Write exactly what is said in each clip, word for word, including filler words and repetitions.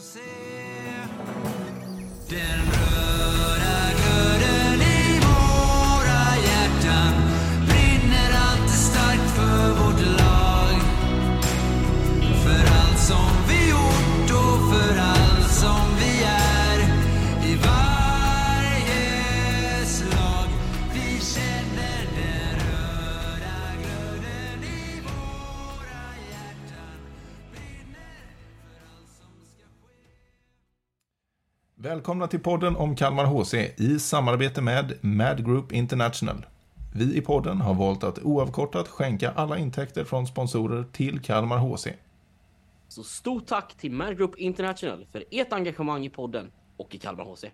se den röda glöden i våra hjärtan brinner alltid starkt för vårt lag, för allt som vi gjort och för allt som vi är i varje slag. Vi känner den röda glöden i våra hjärtan brinner för allt som ska ske. Välkomna till podden om Kalmar H C i samarbete med Mad Group International. Vi i podden har valt att oavkortat skänka alla intäkter från sponsorer till Kalmar H C. Så stort tack till Mad Group International för ert engagemang i podden och i Kalmar H C.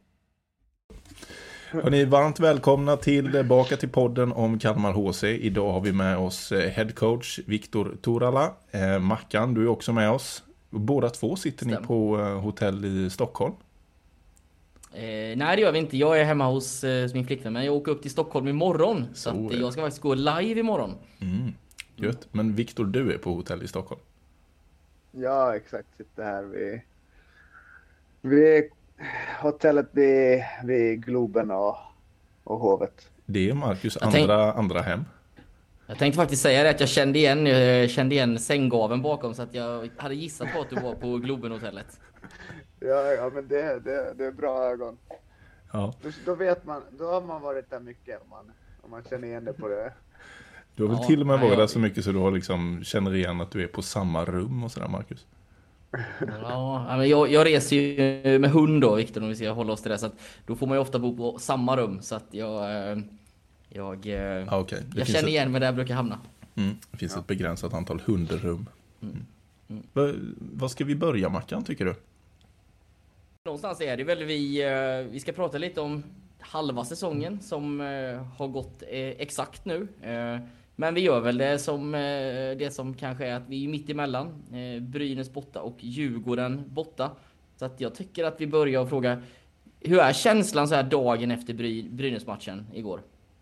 Ni är varmt välkomna tillbaka till podden om Kalmar H C. Idag har vi med oss headcoach Viktor Torala. Eh, Mackan, du är också med oss. Båda två sitter Stämmer. ni på eh, hotell i Stockholm. Eh, nej, det gör vi inte. Jag är hemma hos eh, min flickvän, men jag åker upp till Stockholm imorgon. Så, Så att, är eh, det. jag ska faktiskt gå live imorgon. Mm. Gött. Men Viktor, du är på hotell i Stockholm. Ja, exakt. Sitter här vid, vid hotellet vid, vid Globen och, och Hovet. Det är Marcus Jag tänk- andra, andra hem. Jag tänkte faktiskt säga det att jag kände igen, jag kände igen sänggaven bakom, så att jag hade gissat på att du var på Globenhotellet. Ja, ja men det, det, det är bra ögon. Ja. Då, då vet man, då har man varit där mycket om man, om man känner igen det på det. Du har väl Ja, till och med nej, varit där jag- så mycket så du har liksom, känner igen att du är på samma rum och sådär, Marcus. Ja, men jag, jag reser ju med hund då, Viktor, om vi ska hålla oss till det. Så att då får man ju ofta bo på samma rum. Så att jag, eh, jag, eh, Ja, okej. Det jag finns känner ett- igen mig där jag brukar hamna. Mm, det finns ett begränsat antal hundrum. Mm. Va, vad ska vi börja, Mackan, tycker du? Någonstans är det väl vi, eh, vi ska prata lite om halva säsongen som eh, har gått eh, exakt nu. Eh, men vi gör väl det som, eh, det som kanske är att vi är mitt emellan. Eh, Brynäs borta och Djurgården borta. Så att jag tycker att vi börjar och fråga, hur är känslan så här dagen efter Bry- Brynäs-matchen igår?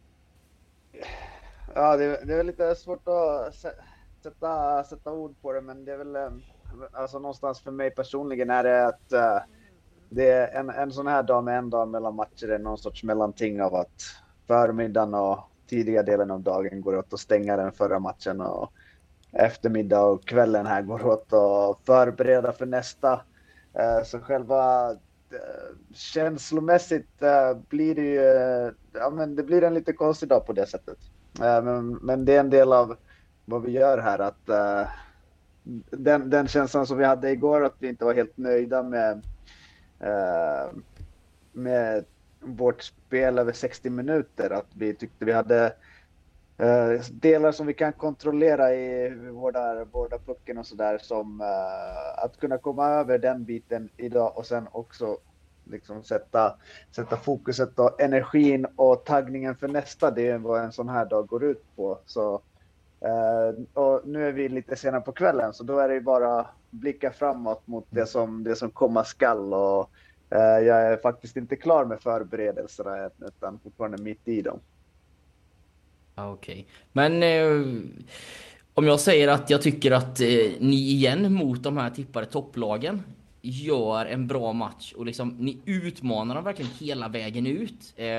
Ja, det, det är lite svårt att sä- sätta, sätta ord på det, men det är väl eh, alltså någonstans för mig personligen är det att eh, det är en, en sån här dag med en dag mellan matcher är någon sorts mellanting av att förmiddagen och tidiga delen av dagen går åt att stänga den förra matchen och eftermiddag och kvällen här går åt att förbereda för nästa. Eh, Så själva eh, känslomässigt eh, blir det ju, eh, ja men det blir en lite konstig dag på det sättet. Eh, Men, men det är en del av vad vi gör här, att eh, den, den känslan som vi hade igår, att vi inte var helt nöjda med eh, med vårt spel över sextio minuter, att vi tyckte vi hade eh, delar som vi kan kontrollera i vårda, vårda pucken och sådär, som eh, att kunna komma över den biten idag och sen också liksom sätta, sätta fokuset och energin och taggningen för nästa, det är vad en sån här dag går ut på. Så eh, och nu är vi lite senare på kvällen, så då är det ju bara blicka framåt mot det som, det som komma skall, och eh, jag är faktiskt inte klar med förberedelserna än, utan fortfarande mitt i dem. Ja, okej. Men eh, om jag säger att jag tycker att eh, ni igen mot de här tippade topplagen gör en bra match och liksom ni utmanar dem verkligen hela vägen ut. Eh,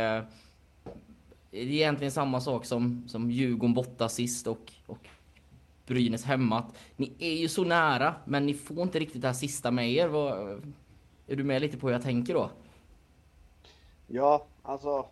det är egentligen samma sak som, som Djurgården borta sist och, och Brynäs hemma. Att ni är ju så nära, men ni får inte riktigt det här sista med er. Vad, är du med lite på hur jag tänker då? Ja, alltså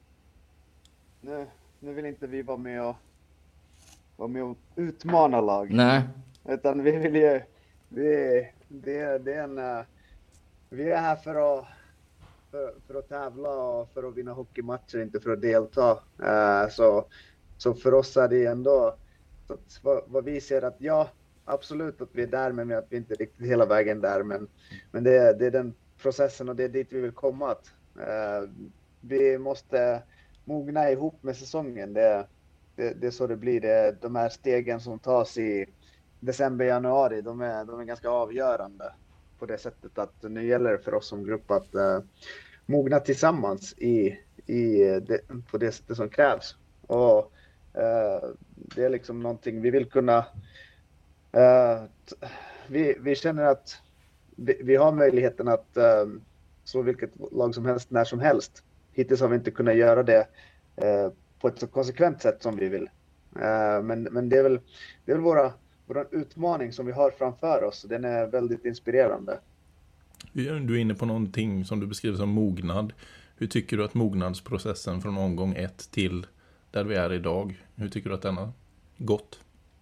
nu, nu vill inte vi vara med och vara med och utmana lag. Nej. Utan vi vill ju, vi, det, det är en, eh, vi är här för att, för, för att tävla och för att vinna hockeymatcher, inte för att delta. Eh, så, så för oss är det ändå, så att vad, vad vi ser att ja, absolut att vi är där, men att vi inte är riktigt hela vägen där. Men, men det, är- det är den processen och det är dit vi vill komma. Att, eh, vi måste mogna ihop med säsongen. Det, det, det är så det blir. Det, de här stegen som tas i december, januari, de är, de är ganska avgörande på det sättet att nu gäller det för oss som grupp att uh, mogna tillsammans i, i det, på det sättet som krävs. Och uh, det är liksom någonting vi vill kunna uh, t- vi, vi känner att vi, vi har möjligheten att uh, slå vilket lag som helst när som helst. Hittills har vi inte kunnat göra det uh, på ett så konsekvent sätt som vi vill. Uh, men, men det är väl, det är väl våra, våra utmaning som vi har framför oss. Den är väldigt inspirerande. Du är inne på någonting som du beskriver som mognad. Hur tycker du att mognadsprocessen från omgång ett till där vi är idag, hur tycker du att den har gått?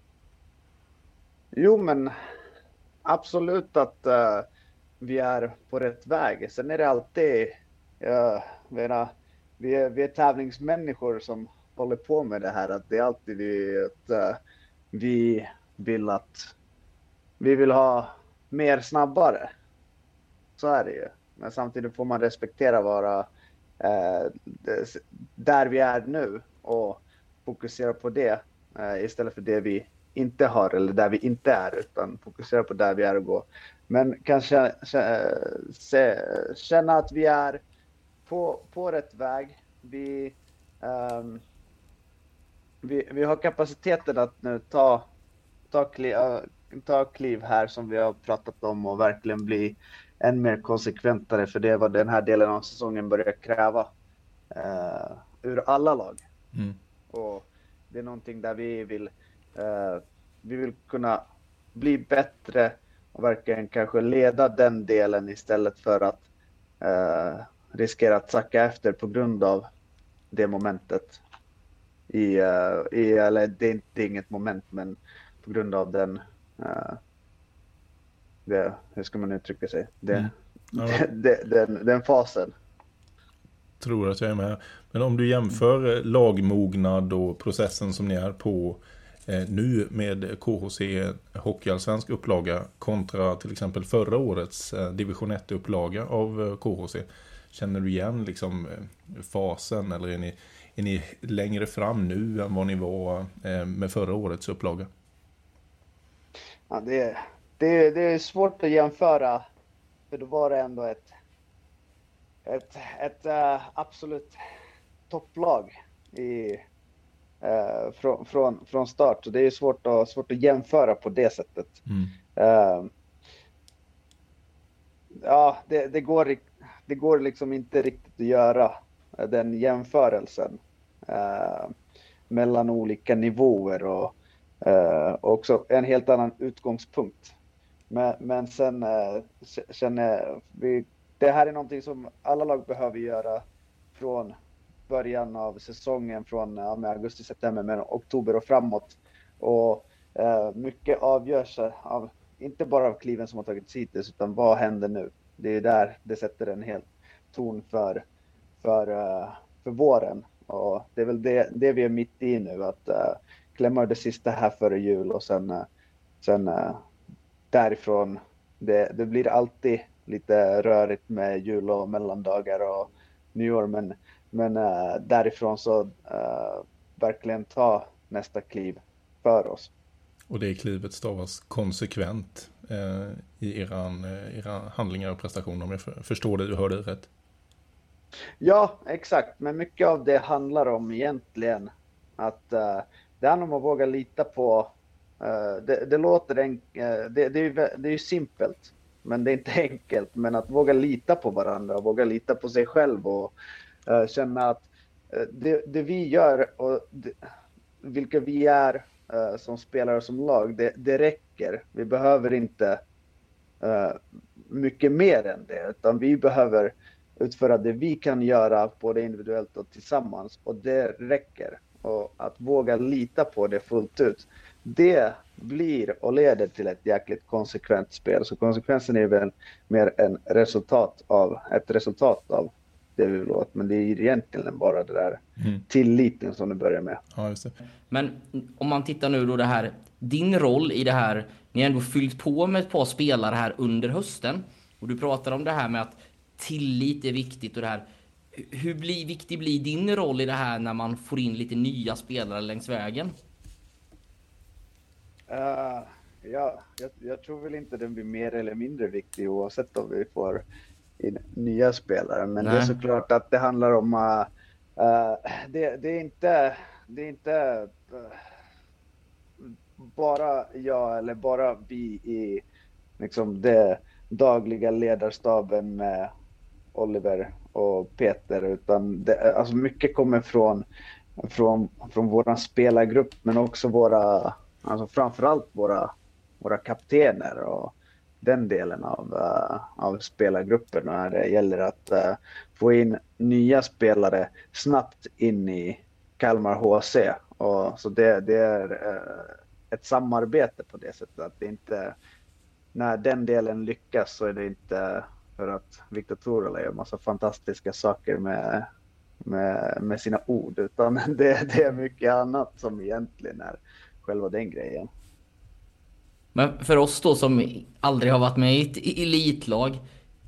Jo, men absolut att uh, vi är på rätt väg. Sen är det alltid, uh, menar, vi, är, vi är tävlingsmänniskor som håller på med det här. Att det är alltid vi, att uh, vi vill att vi vill ha mer snabbare. Så är det ju. Men samtidigt får man respektera vara uh, det, där vi är nu och fokusera på det uh, istället för det vi inte har eller där vi inte är, utan fokusera på där vi är och gå. Men kanske känna att vi är på, på rätt väg. Vi, um, vi, vi har kapaciteten att nu ta, ta, kliv, ta kliv här som vi har pratat om och verkligen bli än mer konsekventare, för det är vad den här delen av säsongen börjar kräva uh, ur alla lag. Mm. Och det är någonting där vi vill uh, vi vill kunna bli bättre och verkligen kanske leda den delen istället för att uh, riskera att sacka efter på grund av det momentet. I, uh, i, eller det är, inte, det är inget moment, men på grund av den uh, det, hur ska man uttrycka sig? Det, mm. ja. det, den, den fasen. Tror att jag är med. Men om du jämför lagmognad och processen som ni är på eh, nu med K H C Hockeyallsvensk upplaga kontra till exempel förra årets eh, division ett-upplaga av eh, K H C. Känner du igen liksom eh, fasen, eller är ni, är ni längre fram nu än vad ni var eh, med förra årets upplaga? Ja, det, det, det är svårt att jämföra, för då var det ändå ett ett, ett uh, absolut topplag i, uh, från, från, från start. Så det är svårt att, svårt att jämföra på det sättet. Mm. Uh, ja, det, det, går, det går liksom inte riktigt att göra den jämförelsen uh, mellan olika nivåer och uh, också en helt annan utgångspunkt. Men, men sen uh, känner vi det här är någonting som alla lag behöver göra från början av säsongen, från ja, med augusti, september, men oktober och framåt. Och eh, mycket avgörs av, inte bara av kliven som har tagits hittills, utan vad händer nu? Det är där det sätter en helt ton för, för, uh, för våren. Och det är väl det, det vi är mitt i nu, att uh, klämma det sista här före jul och sen, uh, sen uh, därifrån, det, det blir alltid lite rörigt med jul och mellandagar och nyår, men, men uh, därifrån så uh, verkligen ta nästa kliv för oss. Och det klivet stavas konsekvent eh, i eran, eh, era handlingar och prestationer, om jag förstår det, du hörde rätt. Ja, exakt, men mycket av det handlar om egentligen att uh, det handlar om att våga lita på uh, det, det låter en, uh, det, det, är ju, det är ju simpelt. Men det är inte enkelt, men att våga lita på varandra, våga lita på sig själv och uh, känna att uh, det, det vi gör och det, vilka vi är uh, som spelare och som lag, det, det räcker. Vi behöver inte uh, mycket mer än det, utan vi behöver utföra det vi kan göra både individuellt och tillsammans, och det räcker. Och att våga lita på det fullt ut, det blir och leder till ett jäkligt konsekvent spel. Så konsekvensen är väl mer en resultat av, ett resultat av det vi vill åt. Men det är egentligen bara det där mm. tilliten som du börjar med. Ja, just det. Men om man tittar nu då det här, din roll i det här, ni har ändå fyllt på med ett par spelare här under hösten. Och du pratar om det här med att tillit är viktigt och det här. Hur blir, viktig blir din roll i det här när man får in lite nya spelare längs vägen? Uh, ja, jag, jag tror väl inte den blir mer eller mindre viktig oavsett om vi får in nya spelare. Men Nej. det är såklart att det handlar om uh, uh, det, det är inte, det är inte uh, bara jag eller bara vi i liksom det dagliga ledarstaben med Oliver och Peter, utan det, alltså mycket kommer från, från, från våran spelargrupp, men också våra, alltså framförallt våra, våra kaptener och den delen av, uh, av spelargruppen. När det gäller att uh, få in nya spelare snabbt in i Kalmar H C. Och så det, det är uh, ett samarbete på det sättet, att det inte, när den delen lyckas så är det inte för att Viktor Torala gör massa fantastiska saker med, med, med sina ord, utan det, det är mycket annat som egentligen är själva den grejen. Men för oss då som aldrig har varit med i ett elitlag,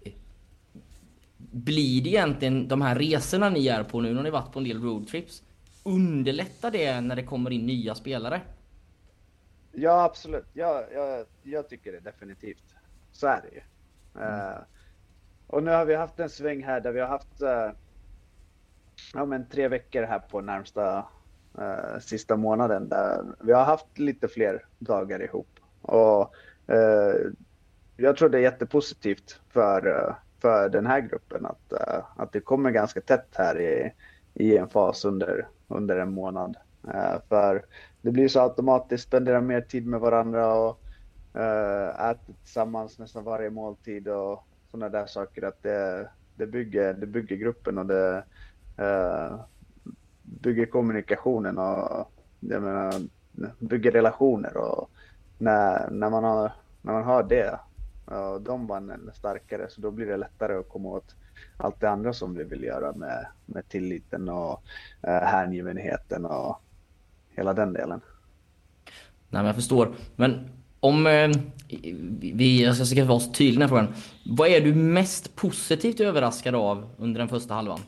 blir det egentligen de här resorna ni är på nu, när ni varit på en del roadtrips, underlättar det när det kommer in nya spelare? Ja, absolut. Ja, jag, jag tycker det definitivt. Så är det ju. Mm. Uh, och nu har vi haft en sväng här där vi har haft uh, ja, men tre veckor här på närmsta uh, sista månaden där vi har haft lite fler dagar ihop. Och uh, jag tror det är jättepositivt för, uh, för den här gruppen att, uh, att det kommer ganska tätt här i, i en fas under, under en månad. Uh, för det blir så automatiskt, spendera mer tid med varandra och uh, äta tillsammans nästan varje måltid och sådana där saker, att det, det, bygger, det bygger gruppen och det uh, bygger kommunikationen och jag menar, bygger relationer, och när, när, man, har, när man har det och de banden är starkare, så då blir det lättare att komma åt allt det andra som vi vill göra med, med tilliten och uh, hängivenheten och hela den delen. Nej, men jag förstår. Men om eh, vi, jag ska vara så tydlig i den här frågan. Vad är du mest positivt överraskad av under den första halvan?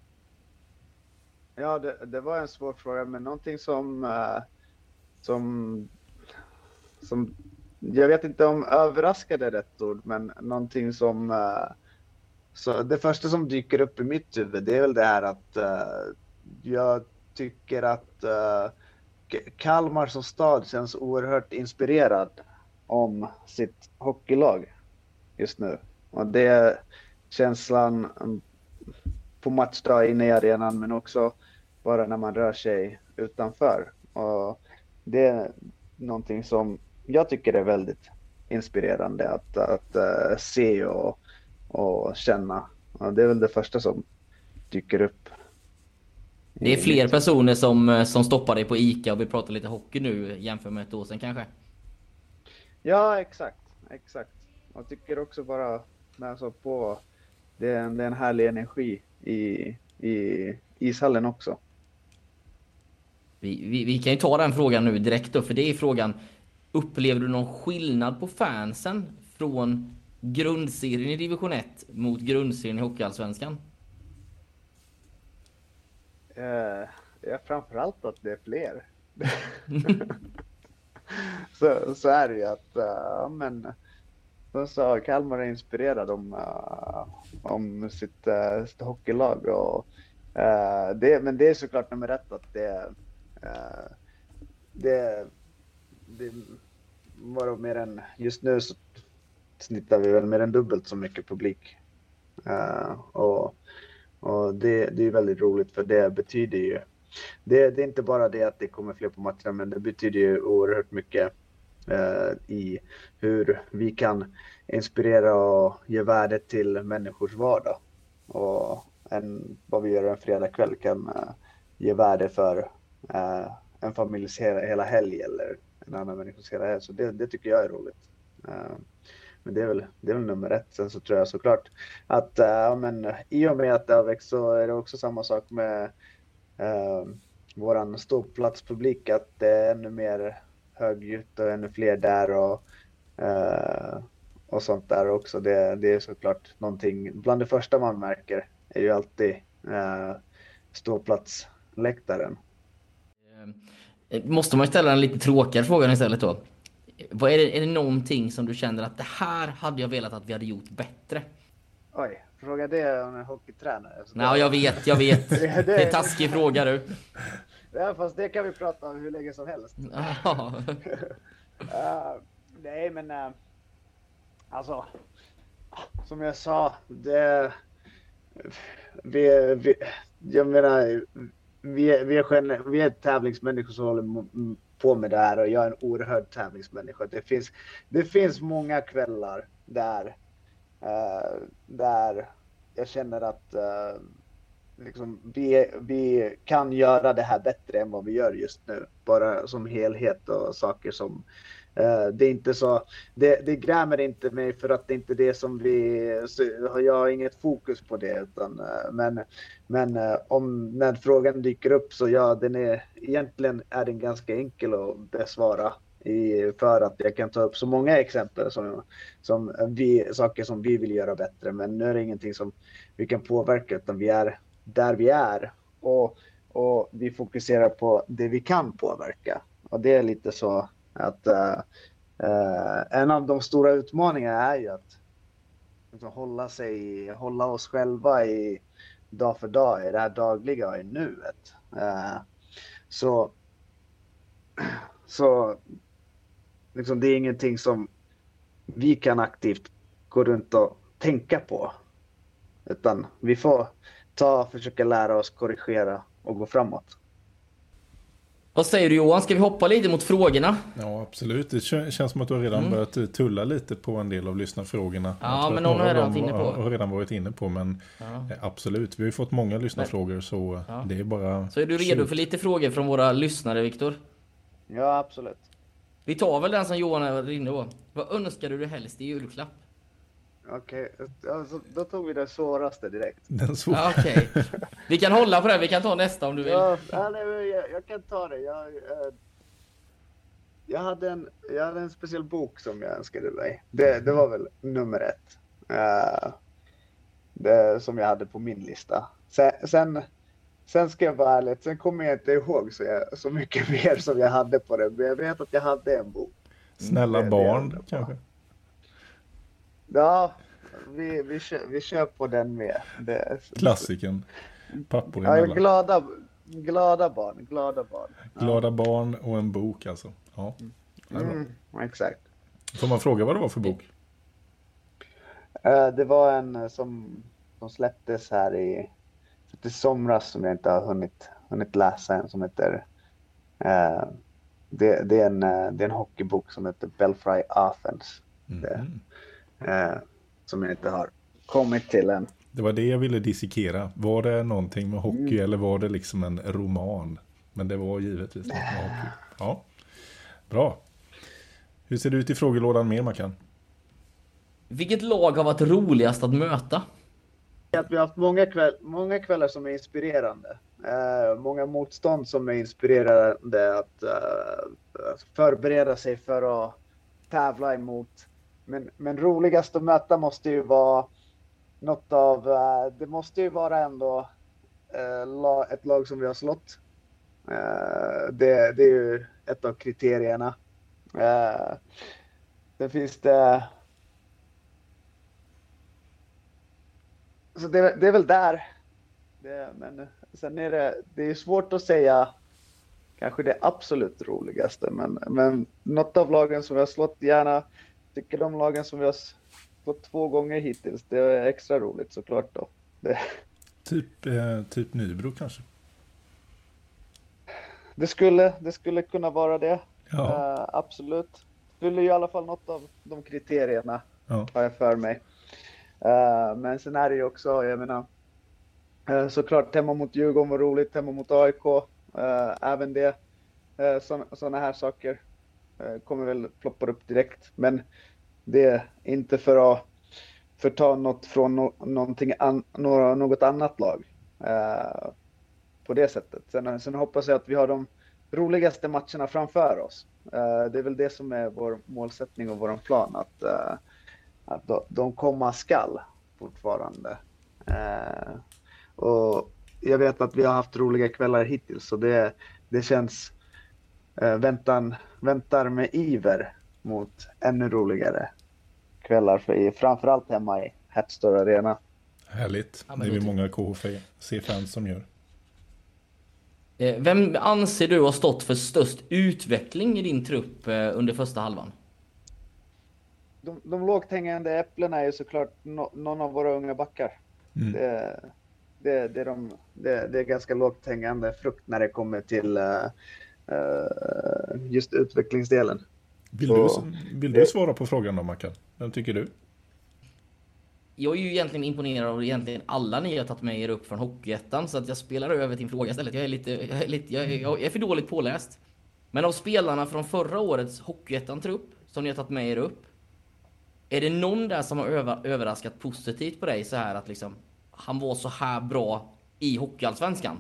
Ja, det, det var en svår fråga, men någonting som, uh, som, som, jag vet inte om överraskade är rätt ord, men någonting som, uh, så det första som dyker upp i mitt huvud, det är väl det här att uh, jag tycker att uh, Kalmar som stad känns oerhört inspirerad om sitt hockeylag just nu. Och det är känslan på matchdag inne i arenan, men också bara när man rör sig utanför. Och det är någonting som jag tycker är väldigt inspirerande att, att uh, se och, och känna. Och det är väl det första som dyker upp. Det är fler personer som, som stoppar dig på ICA och vi pratar lite hockey nu jämfört med ett år sedan kanske. Ja, exakt. Exakt. Jag tycker också bara alltså på det är, en, det är en härlig energi i, i ishallen också. Vi, vi, vi kan ju ta den frågan nu direkt då, för det är frågan: upplever du någon skillnad på fansen från grundserien i division ett mot grundserien i Hockeyallsvenskan? Uh, ja, framförallt att det är fler. så, så är det ju att uh, men så sa Kalmar är inspirerad om, uh, om sitt, uh, sitt hockeylag och uh, det, men det är såklart nummer ett att det uh, det, det var mer än, just nu så snittar vi väl mer än dubbelt så mycket publik uh, och Och det, det är väldigt roligt, för det betyder ju, det, det är inte bara det att det kommer fler på matcherna, men det betyder ju oerhört mycket eh, i hur vi kan inspirera och ge värde till människors vardag. Och en, vad vi gör en fredag kväll kan eh, ge värde för eh, en familjs hela, hela helg eller en annan människas hela helg. Så det, det tycker jag är roligt. Eh, Men det är, väl, det är väl nummer ett. Sen så tror jag såklart att äh, men, i och med att det har växt så är det också samma sak med äh, våran ståplatspublik. Att det är ännu mer högljutt och ännu fler där och, äh, och sånt där också. Det, det är såklart någonting. Bland det första man märker är ju alltid äh, ståplatsläktaren. Måste man ställa en lite tråkigare fråga istället då? Vad är det, är det någonting som du känner att det här hade jag velat att vi hade gjort bättre? Oj, fråga det om en hockeytränare. Nej, jag vet, jag vet. Det är, det är taskig fråga du. Ja, fast det kan vi prata om hur länge som helst. uh, nej, men uh, alltså som jag sa, det, vi, vi, jag menar, vi är, vi, är gener, vi är tävlingsmänniskor som håller på med det här och jag är en oerhörd tävlingsmänniska. Det finns, det finns många kvällar där, uh, där jag känner att uh, liksom, vi, vi kan göra det här bättre än vad vi gör just nu. Bara som helhet och saker som uh, det är inte så, det, det grämer inte mig för att det inte är det som vi, så jag har inget fokus på det utan, uh, men, men uh, om när frågan dyker upp så ja, den är, egentligen är den ganska enkel att besvara i, för att jag kan ta upp så många exempel som, som vi, saker som vi vill göra bättre, men nu är det ingenting som vi kan påverka utan vi är där vi är och, och vi fokuserar på det vi kan påverka. Och det är lite så att uh, uh, en av de stora utmaningarna är ju att liksom, hålla sig, hålla oss själva i dag för dag, i det här dagliga och i nuet. Uh, så så liksom, det är ingenting som vi kan aktivt gå runt och tänka på, utan vi får ta, försöka lära oss, korrigera och gå framåt. Vad säger du Johan? Ska vi hoppa lite mot frågorna? Ja, absolut. Det känns som att du har redan mm. börjat tulla lite på en del av lyssnarfrågorna. Ja, men någon har redan varit inne på. har redan varit inne på, men ja. absolut. Vi har ju fått många lyssnarfrågor, så ja. det är bara... Så är du redo för lite frågor från våra lyssnare, Viktor? Ja, absolut. Vi tar väl den som Johan är inne på. Vad önskar du dig helst i julklapp? Okej, okay. alltså, då tog vi det svåraste direkt. Den svåra. Ja, okej. Okay. Vi kan hålla på det, vi kan ta nästa om du vill. Ja, nej, jag, jag kan ta det. Jag, jag, jag, hade en, jag hade en speciell bok som jag önskade mig. Det, det var väl nummer ett. Uh, det, som jag hade på min lista. Sen, sen, sen ska jag vara ärlig, sen kommer jag inte ihåg så, jag, så mycket mer som jag hade på det. Men jag vet att jag hade en bok. Snälla det, barn, det kanske? Ja, vi, vi, kör, vi kör på den med. Det, Klassiken. Pappor ja, glada, glada barn. Glada barn. Glada ja. barn och en bok alltså. Ja, mm, exakt. Får man fråga vad det var för bok? Uh, det var en som, som släpptes här i, i somras som jag inte har hunnit, hunnit läsa än, som heter uh, det, det, är en, det är en hockeybok som heter Belfry Athens. Mm. Det, uh, som jag inte har kommit till än. Det var det jag ville dissekera. Var det någonting med hockey mm. eller var det liksom en roman? Men det var givetvis något med hockey. Ja, bra. Hur ser det ut i frågelådan mer, Mackan? Vilket lag har varit roligast att möta? Att vi har haft många, kväll, många kvällar som är inspirerande. Uh, många motstånd som är inspirerande att uh, förbereda sig för att tävla emot. Men, men roligast att möta måste ju vara något av, uh, det måste ju vara ändå uh, ett lag som vi har slått. Uh, det, det är ju ett av kriterierna. Uh, det finns det... Så det, det är väl där. Det, men sen är det, det är svårt att säga kanske det absolut roligaste. Men, men något av lagen som vi har slått, gärna tycker de lagen som vi har slått två gånger hittills, det är extra roligt såklart då. Det. Typ, eh, typ Nybro kanske? Det skulle, det skulle kunna vara det. Ja. Uh, absolut. Fyller ju i alla fall något av de kriterierna, ja. har jag för mig. Uh, men sen är det ju också, jag menar, uh, såklart hemma mot Djurgården var roligt, hemma mot A I K, uh, även det, uh, sådana här saker uh, kommer väl ploppa upp direkt, men det är inte för att förta något från no- någonting an- no- något annat lag uh, på det sättet. Sen, sen hoppas jag att vi har de roligaste matcherna framför oss. Uh, det är väl det som är vår målsättning och vår plan, att uh, att de, de komma skall fortfarande. Eh, och jag vet att vi har haft roliga kvällar hittills, så det, det känns eh, väntan, väntar med iver mot ännu roligare kvällar, för framförallt hemma i Hatstore Arena. Härligt. Ja, det är vi många K H C-fans som gör. Eh, vem anser du har stått för störst utveckling i din trupp eh, under första halvan? de, de lågt hängande äpplena är ju såklart no, någon av våra unga backar. Mm. Det, det, det, är de, det, det är ganska lågt hängande frukt när det kommer till uh, uh, just utvecklingsdelen. Vill, du, vill du svara på frågan då, Mackan? Vem tycker du? Jag är ju egentligen imponerad av egentligen alla ni har tagit med er upp från Hockeyettan, så att jag spelar över till en fråga istället. Jag är lite, jag är lite, jag är, jag är för dåligt påläst. Men av spelarna från förra årets Hockeyettan-trupp som ni har tagit med er upp, är det någon där som har över, överraskat positivt på dig så här att liksom han var så här bra i Hockeyallsvenskan?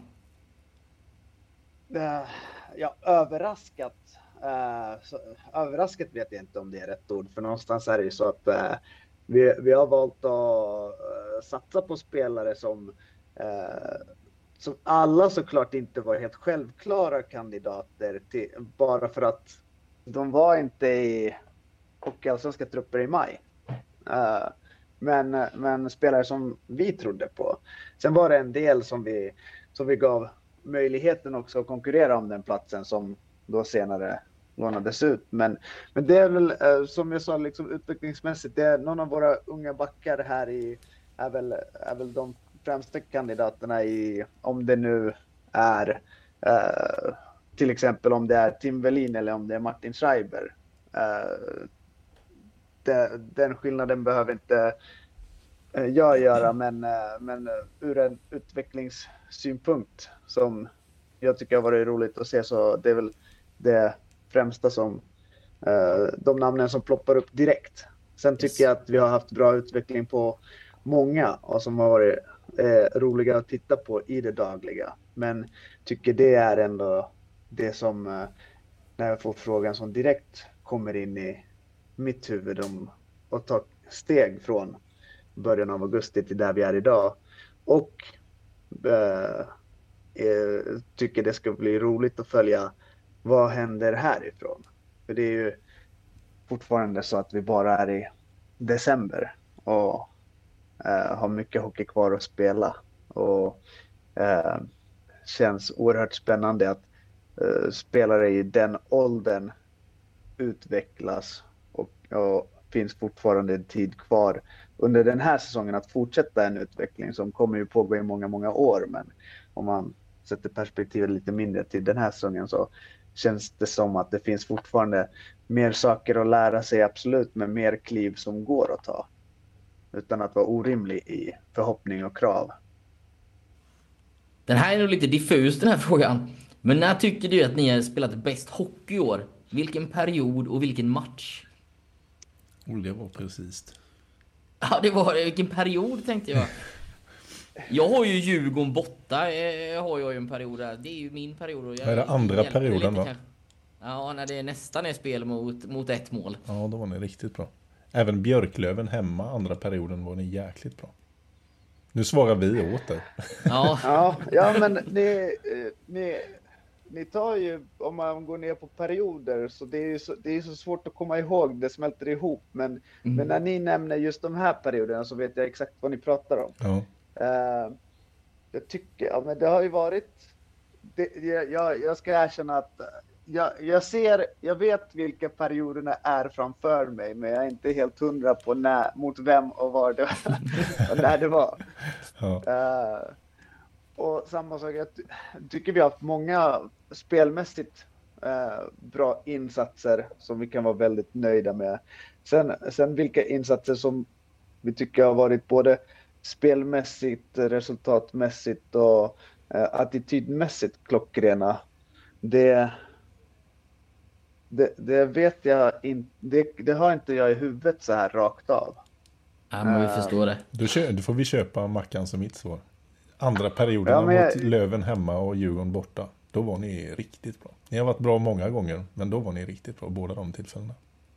Uh, ja, överraskat. Uh, så, överraskat vet jag inte om det är rätt ord, för någonstans är det ju så att uh, vi, vi har valt att uh, satsa på spelare som uh, som alla såklart inte var helt självklara kandidater till, bara för att de var inte i hockeyallsvenska trupper i maj. Uh, men, men spelare som vi trodde på. Sen var det en del som vi, som vi gav möjligheten också att konkurrera om den platsen som då senare lånades ut. Men, men det är väl, uh, som jag sa, liksom utvecklingsmässigt, det är någon av våra unga backar här i, är väl, är väl de främsta kandidaterna i, om det nu är uh, till exempel om det är Tim Velin eller om det är Martin Schreiber. Uh, det, den skillnaden behöver inte uh, jag göra, men, uh, men uh, ur en utvecklingssynpunkt som jag tycker har varit roligt att se, så det är väl det främsta som uh, de namnen som ploppar upp direkt. Sen tycker jag att vi har haft bra utveckling på många och som har varit eh, roliga att titta på i det dagliga. Men tycker det är ändå det som, eh, när jag får frågan som direkt kommer in i mitt huvud om att ta steg från början av augusti till där vi är idag. Och eh, eh, tycker det ska bli roligt att följa vad händer härifrån. För det är ju fortfarande så att vi bara är i december och Uh, har mycket hockey kvar att spela, och uh, känns oerhört spännande att uh, spelare i den åldern utvecklas och, och finns fortfarande en tid kvar under den här säsongen att fortsätta en utveckling som kommer ju pågå i många, många år. Men om man sätter perspektivet lite mindre till den här säsongen så känns det som att det finns fortfarande mer saker att lära sig, absolut, men mer kliv som går att ta utan att vara orimlig i förhoppning och krav. Den här är nog lite diffus, den här frågan. Men när tycker du att ni har spelat bäst hockey i år? Vilken period och vilken match? Oh, det var precis. Ja, det var vilken period tänkte jag. Jag har ju Djurgården borta. Jag har jag ju en period där. Det är ju min period. Och jag är det andra perioden va? Kanske. Ja, när det är nästan är spel mot, mot ett mål. Ja, då var ni riktigt bra. Även Björklöven hemma andra perioden var ni jäkligt bra. Nu svarar vi åt dig. Ja, ja, ja men ni, ni, ni tar ju, om man går ner på perioder, så det är ju så, det är så svårt att komma ihåg, det smälter ihop. Men, mm. men när ni nämner just de här perioderna så vet jag exakt vad ni pratar om. Ja. Uh, jag tycker, ja men det har ju varit, det, jag, jag ska erkänna att Jag, jag ser, jag vet vilka perioderna är framför mig, men jag är inte helt hundra på när, mot vem och var det var, och när det var. Ja. Uh, och samma sak, jag tycker vi har haft många spelmässigt uh, bra insatser som vi kan vara väldigt nöjda med. Sen, sen vilka insatser som vi tycker har varit både spelmässigt, resultatmässigt och uh, attitydmässigt klockrena, det Det, det vet jag inte, det, det har inte jag i huvudet så här rakt av. Ja, men vi förstår det. Du, kö, du får vi köpa Mackan som mitt svar. Andra perioden ja, jag... mot Löven hemma och Djurgården borta. Då var ni riktigt bra. Ni har varit bra många gånger, men då var ni riktigt bra båda de tillfällena.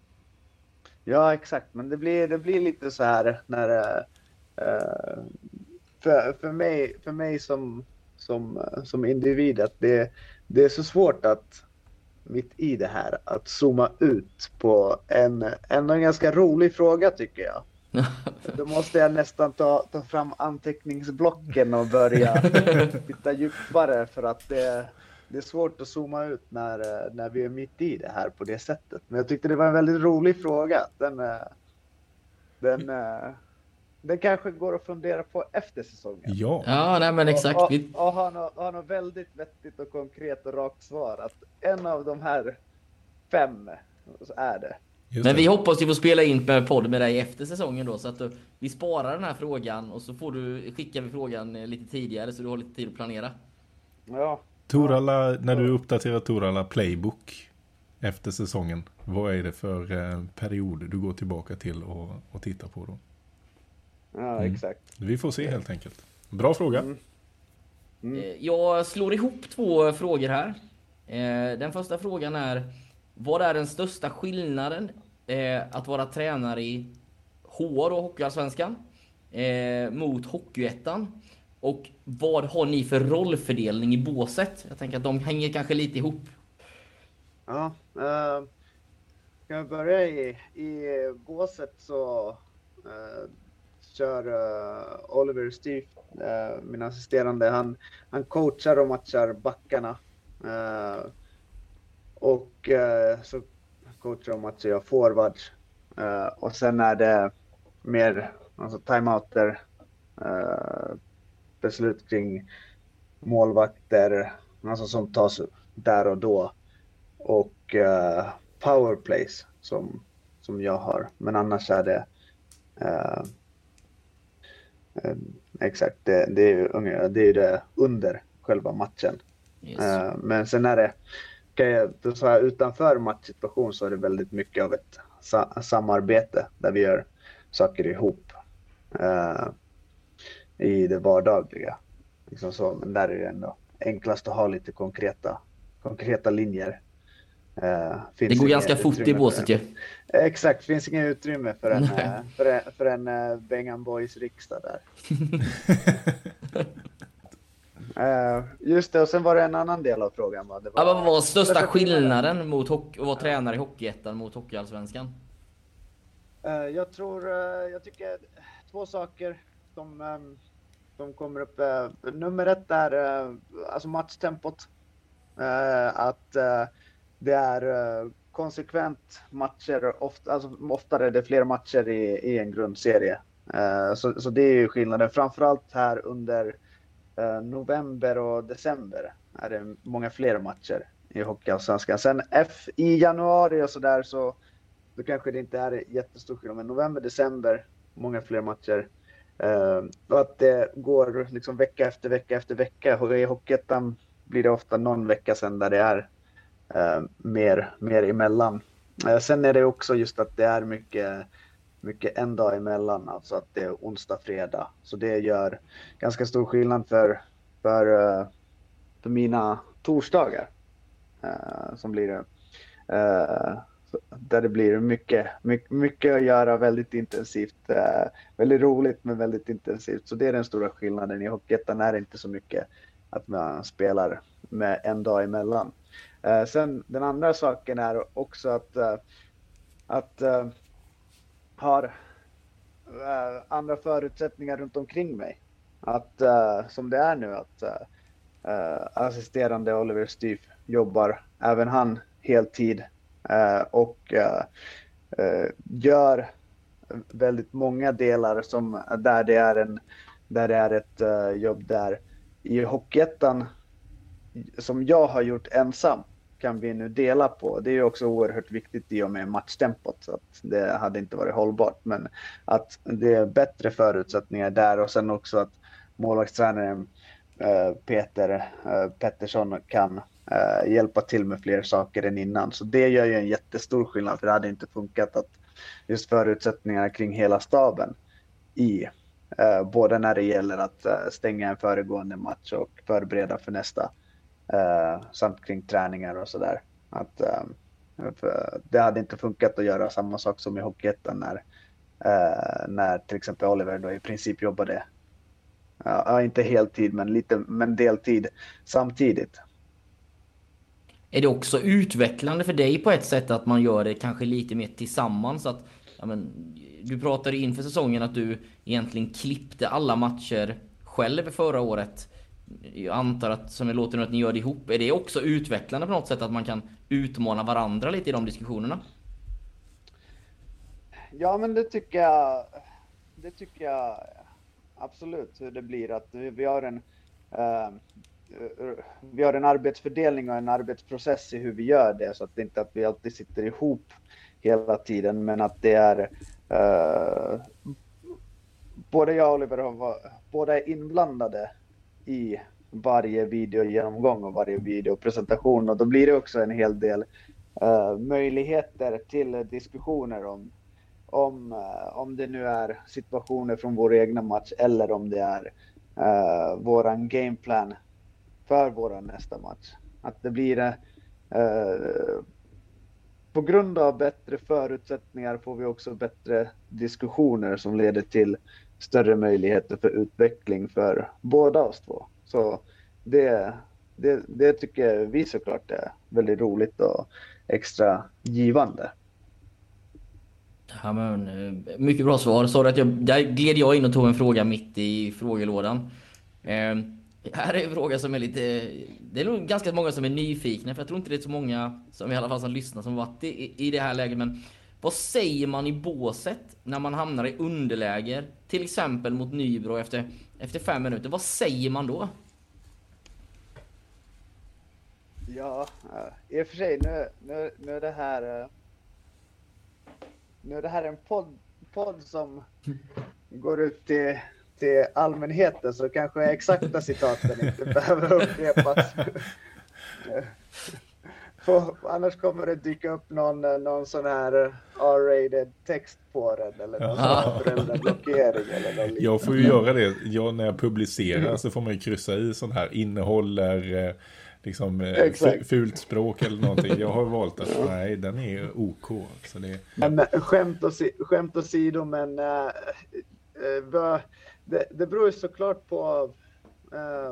Ja, exakt. Men det blir, det blir lite så här när uh, för, för mig, för mig som, som, som individ att det, det är så svårt att mitt i det här att zooma ut på en, en ganska rolig fråga tycker jag. Då måste jag nästan ta, ta fram anteckningsblocken och börja titta djupare, för att det, det är svårt att zooma ut när, när vi är mitt i det här på det sättet. Men jag tyckte det var en väldigt rolig fråga. Den, Den, uh, den kanske går att fundera på efter säsongen. Ja. Ja, nej men exakt. Och, Vi, och, och ha något, ha något väldigt vettigt och konkret och rakt svar. Att en av de här fem så är det. Just men det. vi hoppas ju få spela in med podd med dig efter säsongen då. Så att uh, vi sparar den här frågan och så får du skicka vi frågan uh, lite tidigare så du har lite tid att planera. Ja. Toralla, när du uppdaterar Toralla Playbook efter säsongen, vad är det för eh, period du går tillbaka till och, och tittar på då? Ja, Mm. exakt. Vi får se helt enkelt. Bra fråga. Mm. Mm. Eh, Jag slår ihop två frågor här. Eh, Den första frågan är: vad är den största skillnaden eh, att vara tränare i H R och Hockeyallsvenskan eh, mot Hockeyettan? Och vad har ni för rollfördelning i båset? Jag tänker att de hänger kanske lite ihop. Ja, uh, kan jag börja i, i båset så uh, kör uh, Oliver Steve, uh, min assisterande, han, han coachar och matchar backarna. Uh, och uh, så coachar och matchar jag forwards. Uh, och sen är det mer alltså timeouter, uh, beslut kring målvakter, alltså som tas där och då. Och uh, powerplays som, som jag har. Men annars är det uh, uh, exakt, det, det är ju det, är det under själva matchen. Yes. Uh, men sen är det, kan jag, då så här, utanför matchsituation så är det väldigt mycket av ett sa- samarbete där vi gör saker ihop uh, i det vardagliga. Liksom så, men där är det ändå enklast att ha lite konkreta, konkreta linjer. Uh, Det går ganska fort i båset ju. Exakt, finns inget utrymme för en, uh, för en, för en uh, Bengan Boys riksdag där. uh, just det, och sen var det en annan del av frågan. Va? Det var, Ja, vad var största skillnaden mot hockey, att vara tränare i Hockeyettan mot Hockeyallsvenskan? Uh, jag tror, uh, jag tycker två saker som, um, som kommer upp. Uh, nummer ett är uh, alltså matchtempot. Uh, att uh, det är uh, konsekvent matcher, ofta, alltså, oftare är det fler matcher i, i en grundserie. Uh, så, så det är ju skillnaden. Framförallt här under uh, november och december är det många fler matcher i Hockeyallsvenskan. Sen F i januari och sådär så då kanske det inte är jättestor skillnad. Men november, december, många fler matcher. Uh, och att det går liksom vecka efter vecka efter vecka. I Hockeyettan blir det ofta någon vecka sedan där det är uh, mer, mer emellan. Uh, sen är det också just att det är mycket, mycket en dag emellan. Alltså att det är onsdag, fredag. Så det gör ganska stor skillnad för, för, uh, för mina torsdagar. Uh, som blir det. Uh, där det blir mycket, mycket, mycket att göra, väldigt intensivt, eh, väldigt roligt men väldigt intensivt. Så det är den stora skillnaden. I Hockeyettan är det inte så mycket att man spelar med en dag emellan. Eh, sen den andra saken är också att, eh, att eh, ha eh, andra förutsättningar runt omkring mig. Att eh, som det är nu att eh, assisterande Oliver Steve jobbar även han heltid. Uh, och uh, uh, gör väldigt många delar som där det är en där det är ett uh, jobb där i Hockeyettan som jag har gjort ensam kan vi nu dela på. Det är ju också oerhört viktigt i och med matchtempot så att det hade inte varit hållbart, men att det är bättre förutsättningar där och sen också att målvaktstränaren uh, Peter uh, Pettersson kan Uh, hjälpa till med fler saker än innan. Så det gör ju en jättestor skillnad, för det hade inte funkat att just förutsättningarna kring hela staben i uh, både när det gäller att uh, stänga en föregående match och förbereda för nästa uh, samt kring träningar och sådär. Att uh, det hade inte funkat att göra samma sak som i Hockeyettan när, uh, när till exempel Oliver då i princip jobbade uh, inte heltid men lite men deltid samtidigt. Är det också utvecklande för dig på ett sätt att man gör det kanske lite mer tillsammans? Att, ja men, du pratade inför säsongen att du egentligen klippte alla matcher själv förra året. Jag antar att, som det låter nu, att ni gör det ihop. Är det också utvecklande på något sätt att man kan utmana varandra lite i de diskussionerna? Ja, men det tycker jag, det tycker jag absolut hur det blir. Att vi har en, uh, vi har en arbetsfördelning och en arbetsprocess i hur vi gör det. Så att det inte att vi alltid sitter ihop hela tiden, men att det är uh, både jag och Oliver har, båda är inblandade i varje videogenomgång och varje videopresentation, och då blir det också en hel del uh, möjligheter till diskussioner om om, uh, om det nu är situationer från vår egna match eller om det är uh, våran gameplan för vår nästa match. Att det blir uh, på grund av bättre förutsättningar får vi också bättre diskussioner som leder till större möjligheter för utveckling för båda oss två. Så det, det, det tycker vi såklart är väldigt roligt och extra givande. Ja, men, mycket bra svar. Sorry att jag, där gled jag in och tog en fråga mitt i frågelådan. Eh, här är en fråga som är lite... Det är nog ganska många som är nyfikna, för jag tror inte det är så många som i alla fall som lyssnar som varit i, i det här läget. Men vad säger man i båset när man hamnar i underläger? Till exempel mot Nybro efter, efter fem minuter. Vad säger man då? Ja, i och för sig, nu, nu, nu är det här... Nu är det här en podd, podd som går ut till, till allmänheten, så kanske exakta citaten inte behöver upprepas. För, annars kommer det dyka upp någon, någon sån här R-rated text på den, eller någon sån här föräldrablockering eller något liknande. Jag får ju göra det. Jag, när jag publicerar så får man ju kryssa i sån här innehåller... liksom f- fult språk eller någonting. Jag har valt att nej, den är OK. Så det... Men skämt, och si- skämt åsido, men äh, äh, det, det beror ju såklart på äh,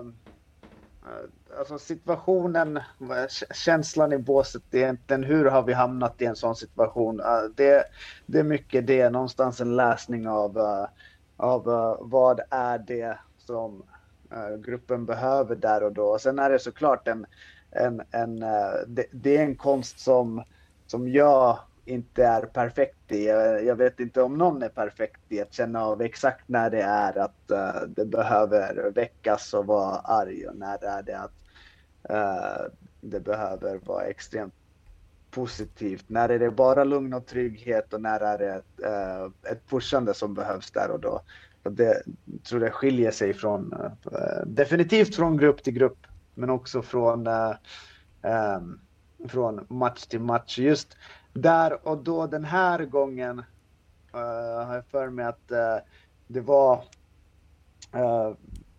alltså situationen, känslan i båset egentligen. Hur har vi hamnat i en sån situation? Äh, det, det är mycket det, någonstans en läsning av, äh, av äh, vad är det som gruppen behöver där och då. Och sen är det såklart en, en, en det, det är en konst som, som jag inte är perfekt i. Jag, jag vet inte om någon är perfekt i att känna av exakt när det är att uh, det behöver väckas och vara arg, och när det är det att uh, det behöver vara extremt positivt. När är det bara lugn och trygghet, och när är det ett, uh, ett pushande som behövs där och då. Det tror jag skiljer sig från uh, definitivt från grupp till grupp, men också från uh, um, från match till match. Just där och då den här gången uh, har jag för mig att uh, det var uh,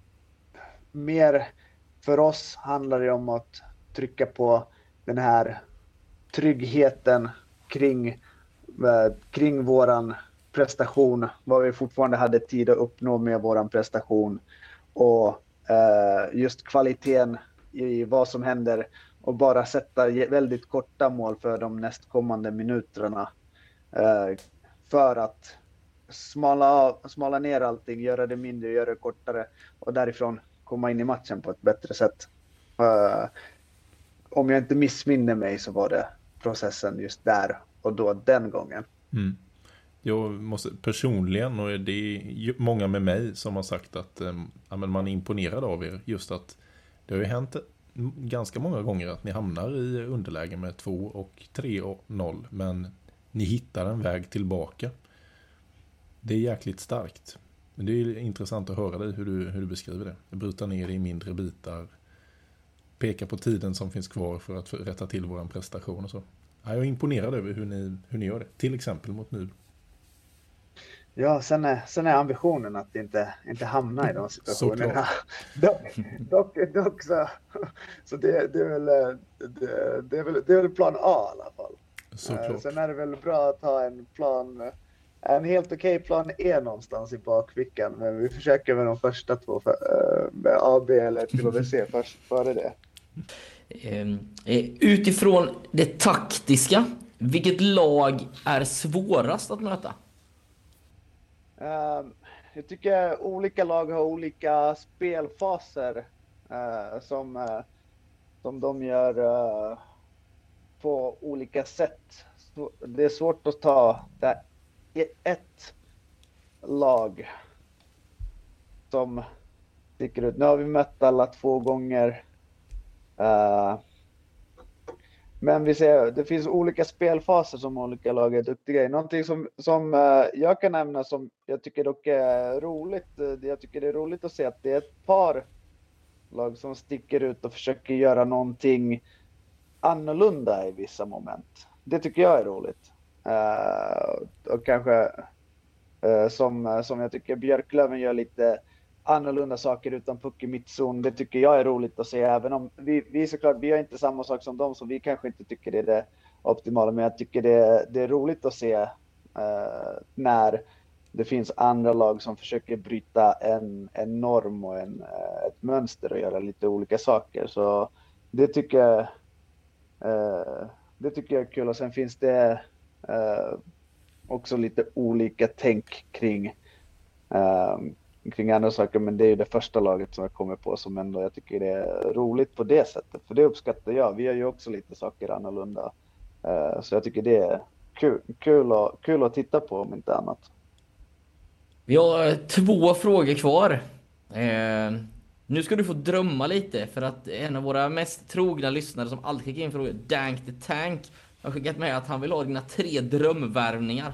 mer för oss handlar det om att trycka på den här tryggheten kring uh, kring våran prestation, vad vi fortfarande hade tid att uppnå med våran prestation, och eh, just kvaliteten i vad som händer, och bara sätta väldigt korta mål för de nästkommande minuterna eh, för att smala, av, smala ner allting, göra det mindre, göra det kortare, och därifrån komma in i matchen på ett bättre sätt. Eh, om jag inte missminner mig så var det processen just där och då den gången. Mm. Jag måste personligen, och det är många med mig som har sagt att ja, men man är imponerad av er, just att det har ju hänt ganska många gånger att ni hamnar i underläge med två och tre och noll, men ni hittar en väg tillbaka. Det är jäkligt starkt. Men det är intressant att höra dig hur du, hur du beskriver det. Bryta ner det i mindre bitar, peka på tiden som finns kvar för att rätta till våran prestation och så. Ja, jag är imponerad över hur ni, hur ni gör det, till exempel mot nu. Ja, sen är, sen är ambitionen att inte, inte hamna i de situationerna. dock, dock, dock så, så det, det, är väl, det, det, är väl, det är väl plan A i alla fall. Såklart. Sen är det väl bra att ha en plan, en helt okej plan E någonstans i bakfickan. Men vi försöker med de första två, för, med A, B eller till och med C först, före det. Utifrån det taktiska, vilket lag är svårast att möta? Uh, jag tycker olika lag har olika spelfaser uh, som, uh, som de gör uh, på olika sätt. Så det är svårt att ta det ett lag som sticker ut. Nu har vi mött alla två gånger. Uh, men vi ser, det finns olika spelfaser som olika lag är duktiga i. Någonting som, som uh, jag kan nämna som jag tycker dock är roligt. Uh, jag tycker det är roligt att se att det är ett par lag som sticker ut och försöker göra någonting annorlunda i vissa moment. Det tycker jag är roligt. Uh, och kanske uh, som, som jag tycker Björklöven gör lite annorlunda saker utan puck i mittzon. Det tycker jag är roligt att se, även om vi, vi såklart, vi har inte samma sak som dem, så vi kanske inte tycker det är det optimala, men jag tycker det, det är roligt att se uh, när det finns andra lag som försöker bryta en, en norm och en, uh, ett mönster och göra lite olika saker. Så det tycker jag uh, det tycker jag är kul. Och sen finns det uh, också lite olika tänk kring uh, kring andra saker, men det är ju det första laget som jag kommer på som ändå jag tycker det är roligt på det sättet, för det uppskattar jag. Vi gör ju också lite saker annorlunda, uh, så jag tycker det är kul, kul, och, kul att titta på, om inte annat. Vi har två frågor kvar. Eh, nu ska du få drömma lite, för att en av våra mest trogna lyssnare som alltid skickar in frågor, Dank the Tank, har skickat med att han vill ha dina tre drömvärvningar.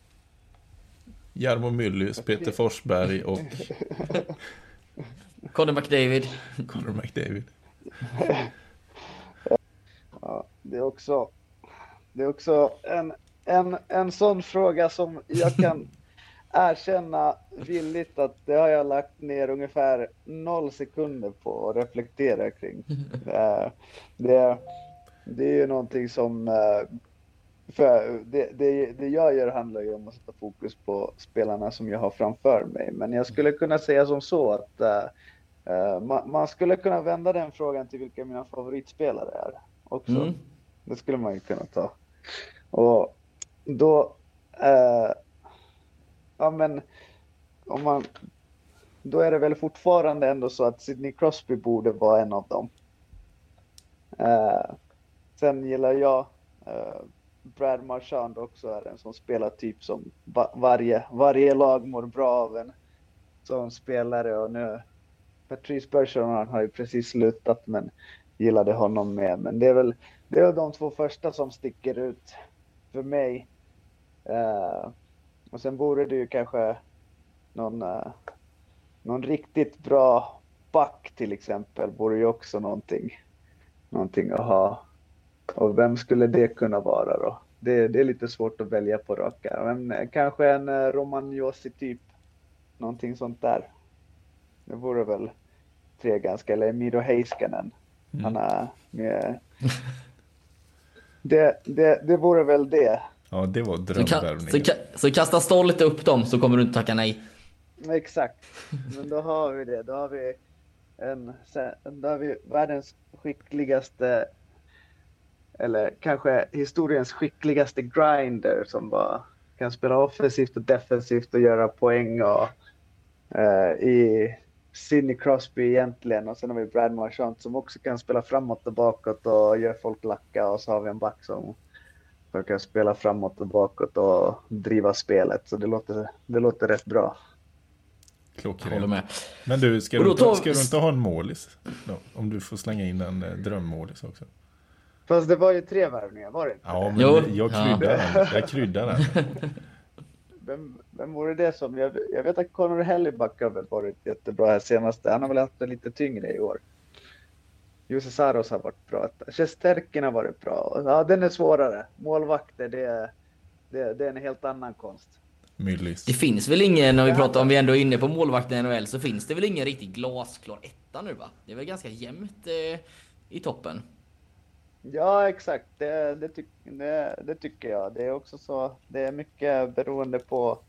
Jarmo Myllys, Peter Forsberg och Connor McDavid. Connor McDavid. Ja, det är också, det är också en, en, en sån fråga som jag kan erkänna villigt att det har jag lagt ner ungefär noll sekunder på att reflektera kring. Det, det, det är ju någonting som... För det, det, det jag gör handlar ju om att sätta fokus på spelarna som jag har framför mig. Men jag skulle kunna säga som så att uh, man, man skulle kunna vända den frågan till vilka mina favoritspelare är också. Mm. Det skulle man ju kunna ta. Och då... Uh, ja men... Om man, då är det väl fortfarande ändå så att Sidney Crosby borde vara en av dem. Uh, sen gillar jag... Uh, Brad Marchand också är en sån spelartyp som varje, varje lag mår bra av en sån spelare. Och nu Patrice Bergeron har ju precis slutat, men gillade honom med. Men det är väl det är de två första som sticker ut för mig. Uh, och sen borde det ju kanske någon, uh, någon riktigt bra back till exempel. Borde ju också någonting, någonting att ha. Och vem skulle det kunna vara då? Det, det är lite svårt att välja på raka. Men kanske en Roman Josi typ. Någonting sånt där. Det vore väl tre ganska. Eller Miro Heiskanen. Mm. Han är med... det, det, det vore väl det. Ja, det var drömvärvningen. Så, så, så kasta stolt upp dem, så kommer du inte tacka nej. Exakt. Men då har vi det. Då har vi, en, då har vi världens skickligaste... Eller kanske historiens skickligaste grinder som bara kan spela offensivt och defensivt och göra poäng. Och, uh, i Sidney Crosby egentligen. Och sen har vi Brad Marchand som också kan spela framåt och bakåt och gör folk lacka. Och så har vi en back som, som kan spela framåt och bakåt och driva spelet. Så det låter, det låter rätt bra. Klockrent. Med. Men du, ska, du inte, tar... ska du inte ha en målis då? Om du får slänga in en eh, drömmålis också. Fast det var ju tre värvningar, var det inte? Ja, men jo. jag kryddar ja. den. Jag kryddar den. Vem, vem var det som... Jag, jag vet att Connor Helleback har väl varit jättebra här senaste. Han har väl haft det lite tyngre i år. Jussi Saros har varit bra. Shesterkin har varit bra. Ja, den är svårare. Målvakter, det är, det, det är en helt annan konst. Myllys. Det finns väl ingen, när vi pratar om vi ändå är inne på målvakten i N H L, så finns det väl ingen riktigt glasklar etta nu, va? Det är väl ganska jämnt eh, i toppen. Ja, exakt. Det, det, tyck, det, det tycker jag. Det är också så. Det är mycket beroende på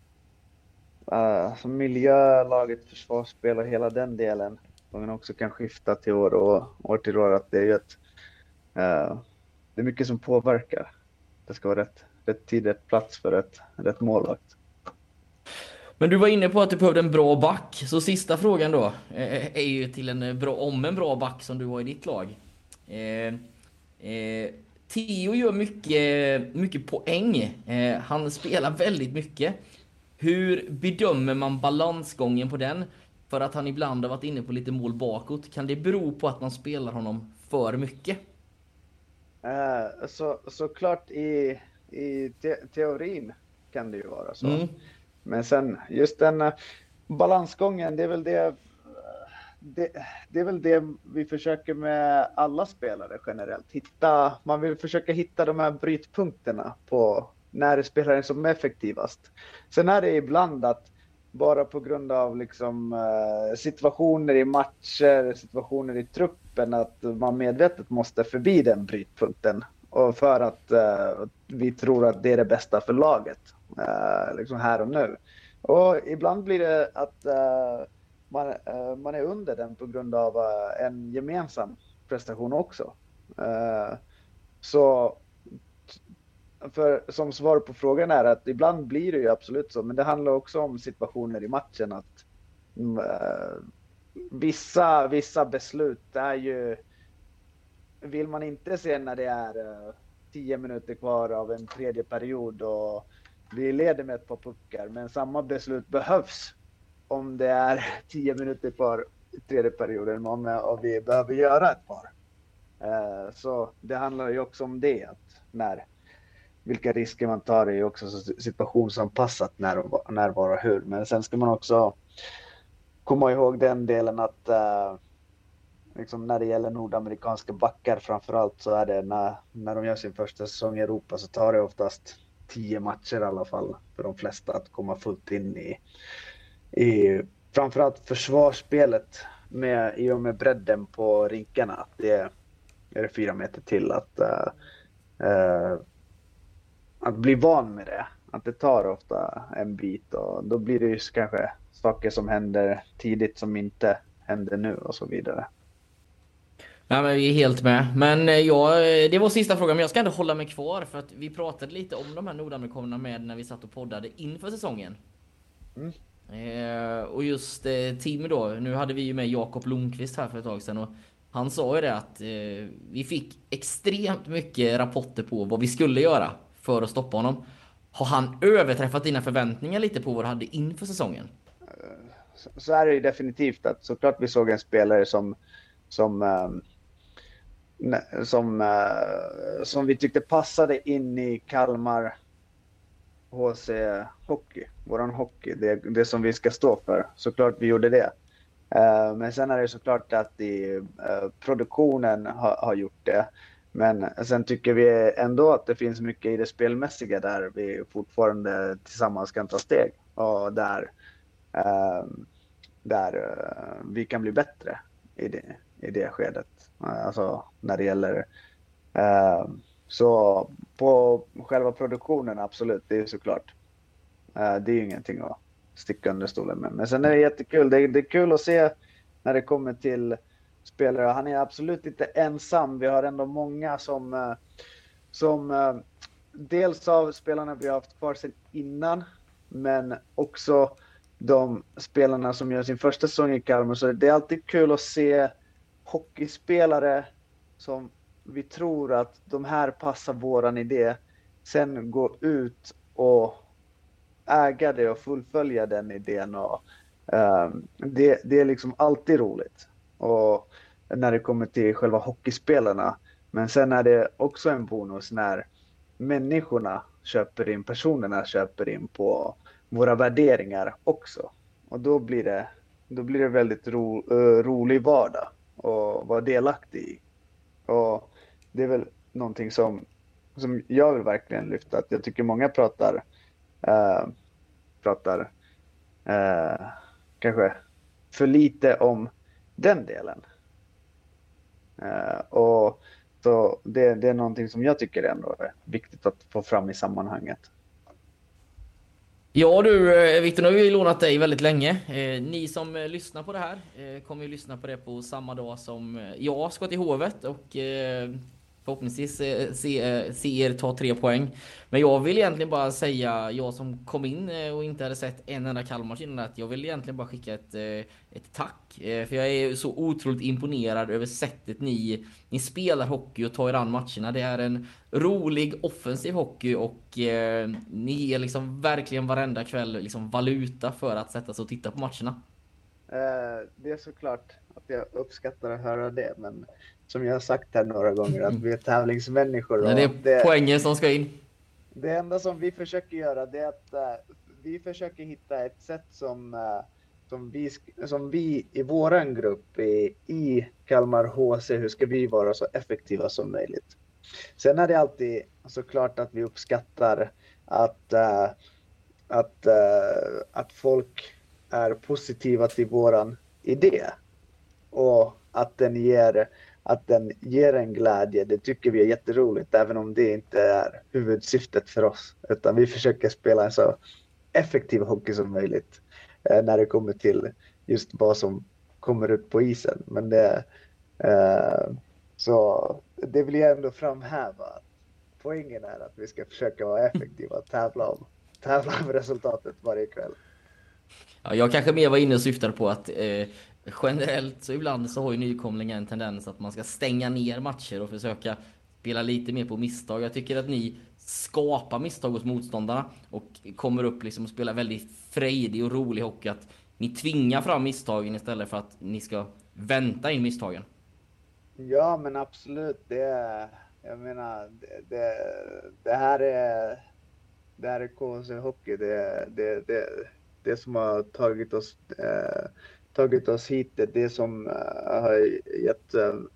uh, miljö, laget, försvarsspel och hela den delen. Som man också kan skifta till år och år till år. Att det är ju ett, uh, det är mycket som påverkar. Det ska vara rätt, rätt tid, rätt plats för ett rätt målvakt. Men du var inne på att du behövde en bra back. Så sista frågan då är ju till en bra, om en bra back som du har i ditt lag. Eh, Eh, Theo gör mycket, mycket poäng. Eh, han spelar väldigt mycket. Hur bedömer man balansgången på den? För att han ibland har varit inne på lite mål bakåt. Kan det bero på att man spelar honom för mycket? Uh, så, såklart i, i te- teorin kan det ju vara så. Mm. Men sen just den uh, balansgången, det är väl det, uh, det, det är väl det vi försöker med alla spelare generellt. Hitta, man vill försöka hitta de här brytpunkterna på när spelaren är som effektivast. Sen är det ibland att bara på grund av liksom, uh, situationer i matcher, situationer i truppen, att man medvetet måste förbi den brytpunkten. Och för att uh, vi tror att det är det bästa för laget, uh, liksom här och nu. Och ibland blir det att uh, man, uh, man är under den på grund av uh, en gemensam prestation också. Uh, så För som svar på frågan är att ibland blir det ju absolut så, men det handlar också om situationer i matchen att uh, vissa, vissa beslut är ju, vill man inte se när det är uh, tio minuter kvar av en tredje period och vi leder med ett par puckar, men samma beslut behövs om det är tio minuter kvar i tredje perioden och vi behöver göra ett par. Uh, så det handlar ju också om det, att när vilka risker man tar är också situationsanpassat när, när var och hur. Men sen ska man också komma ihåg den delen att uh, liksom när det gäller nordamerikanska backar framförallt, så är det när, när de gör sin första säsong i Europa, så tar det oftast tio matcher i alla fall för de flesta att komma fullt in i, i framförallt försvarsspelet med, i och med bredden på rinkarna. Att det är, är det fyra meter till att uh, uh, att bli van med det, att det tar ofta en bit, och då blir det ju kanske saker som händer tidigt som inte händer nu och så vidare. Ja, men vi är helt med. Men ja, det var sista frågan, men jag ska ändå hålla mig kvar för att vi pratade lite om de här nordamerikanerna med när vi satt och poddade inför säsongen. Mm. Eh, och just eh, Tim då, nu hade vi ju med Jakob Blomqvist här för ett tag sedan, och han sa ju det att eh, vi fick extremt mycket rapporter på vad vi skulle göra för att stoppa honom. Har han överträffat dina förväntningar lite på vad du hade inför säsongen? Så, så är det ju definitivt, att såklart vi såg en spelare som som um, som uh, som vi tyckte passade in i Kalmar H C hockey, våran hockey, det, det som vi ska stå för. Såklart vi gjorde det. Uh, men sen är det såklart att i, uh, produktionen ha, har gjort det. Men sen tycker vi ändå att det finns mycket i det spelmässiga där vi fortfarande tillsammans kan ta steg. Och där, uh, där uh, vi kan bli bättre i det, i det skedet. Uh, alltså när det gäller... Uh, så på själva produktionen, absolut, det är såklart. Uh, det är ju ingenting att sticka under stolen med. Men sen är det jättekul. Det är, det är kul att se när det kommer till spelare. Han är absolut inte ensam. Vi har ändå många som, som dels av spelarna vi har haft kvar sedan innan, men också de spelarna som gör sin första säsong i Kalmar. Så det är alltid kul att se hockeyspelare som vi tror att de här passar våran idé, sen gå ut och äga det och fullfölja den idén. Och, um, det, det är liksom alltid roligt. Och när det kommer till själva hockeyspelarna. Men sen är det också en bonus när människorna köper in, personerna köper in på våra värderingar också. Och då blir det, då blir det väldigt ro, uh, rolig vardag och vara delaktig i. Och det är väl någonting som, som jag vill verkligen lyfta. Att jag tycker många pratar, uh, pratar uh, kanske för lite om den delen. Uh, och så det, det är någonting som jag tycker ändå är viktigt att få fram i sammanhanget. Ja du Victor, nu har vi lånat dig väldigt länge. Eh, ni som eh, lyssnar på det här eh, kommer ju lyssna på det på samma dag som jag ska till Hovet. Och eh, förhoppningsvis eh, se, eh, se er ta tre poäng. Men jag vill egentligen bara säga, jag som kom in eh, och inte hade sett en enda Kalmar innan, att jag vill egentligen bara skicka ett, eh, ett tack. Eh, För jag är så otroligt imponerad över sättet ni, ni spelar hockey och tar er an matcherna. Det är en rolig offensiv hockey och eh, ni ger liksom verkligen varenda kväll liksom valuta för att sätta sig och titta på matcherna. Eh, det är såklart att jag uppskattar att höra det, men som jag har sagt här några gånger, att vi är tävlingsmänniskor. Ja, det är det, poängen som ska in. det enda som vi försöker göra, det är att uh, vi försöker hitta ett sätt som, uh, som, vi, som vi i våran grupp i, i Kalmar H C, hur ska vi vara så effektiva som möjligt. Sen är det alltid såklart att vi uppskattar att, uh, att, uh, att folk är positiva till våran idé och att den ger att den ger en glädje. Det tycker vi är jätteroligt, även om det inte är huvudsyftet för oss, utan vi försöker spela en så effektiv hockey som möjligt eh, när det kommer till just vad som kommer ut på isen. Men det eh, så det vill jag ändå framhäva. Poängen är att vi ska försöka vara effektiva och tävla om, tävla om resultatet varje kväll. Ja, jag kanske mer var inne och syftade på att eh, generellt så ibland så har ju nykomlingar en tendens att man ska stänga ner matcher och försöka spela lite mer på misstag. Jag tycker att ni skapar misstag hos motståndarna och kommer upp liksom och spelar väldigt frejdig och rolig hockey. Att ni tvingar fram misstagen istället för att ni ska vänta in misstagen. Ja, men absolut. Det är, jag menar, det, det, det här är det här är K H C Hockey. Det, det, det, det som har tagit oss eh, tagit oss hit, det, det som uh, har gett,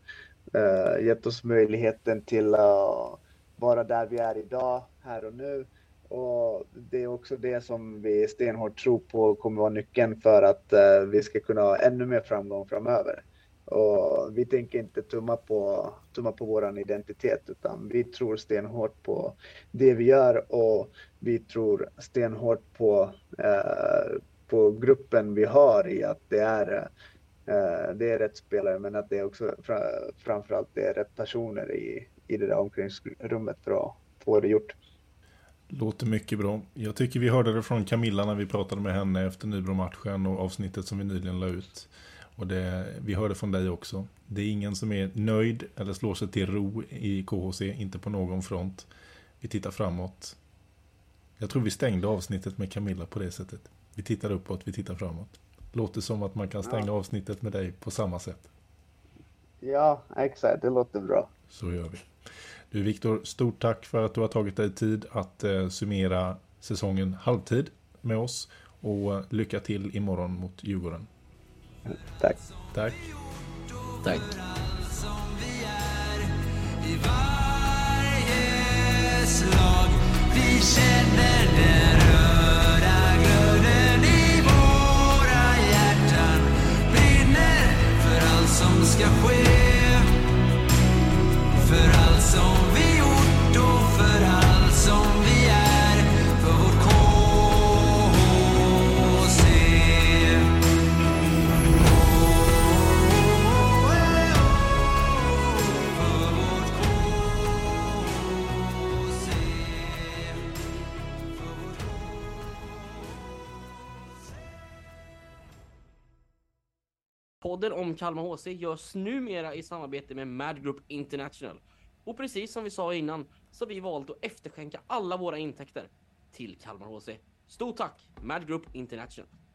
uh, gett oss möjligheten till att vara där vi är idag, här och nu. Och det är också det som vi stenhårt tror på kommer vara nyckeln för att uh, vi ska kunna ha ännu mer framgång framöver. Och vi tänker inte tumma på, tumma på vår identitet, utan vi tror stenhårt på det vi gör, och vi tror stenhårt på uh, på gruppen vi har, i att det är, eh, det är rätt spelare, men att det är också fra- framförallt det är rätt personer i, i det där omklädningsrummet för att få det gjort. Låter mycket bra. Jag tycker vi hörde det från Camilla när vi pratade med henne efter Nybro-matchen och avsnittet som vi nyligen la ut. Och det, vi hörde från dig också. Det är ingen som är nöjd eller slår sig till ro i K H C, inte på någon front. Vi tittar framåt. Jag tror vi stängde avsnittet med Camilla på det sättet. Vi tittar uppåt, vi tittar framåt. Låter som att man kan stänga ja. avsnittet med dig på samma sätt. Ja, exakt. Det låter bra. Så gör vi. Du Viktor, stort tack för att du har tagit dig tid att eh, summera säsongen halvtid med oss. Och eh, lycka till imorgon mot Djurgården. Tack. Tack. Tack. Vi känner den röda glöden i våra hjärtan, brinner för allt som ska ske, för allt som vi gjort och för allt som vi är, för vårt K H C. För vårt K H C. Podden om Kalmar H C görs numera i samarbete med Mad Group International. Och precis som vi sa innan så har vi valt att efterskänka alla våra intäkter till Kalmar H C. Stort tack, Mad Group International!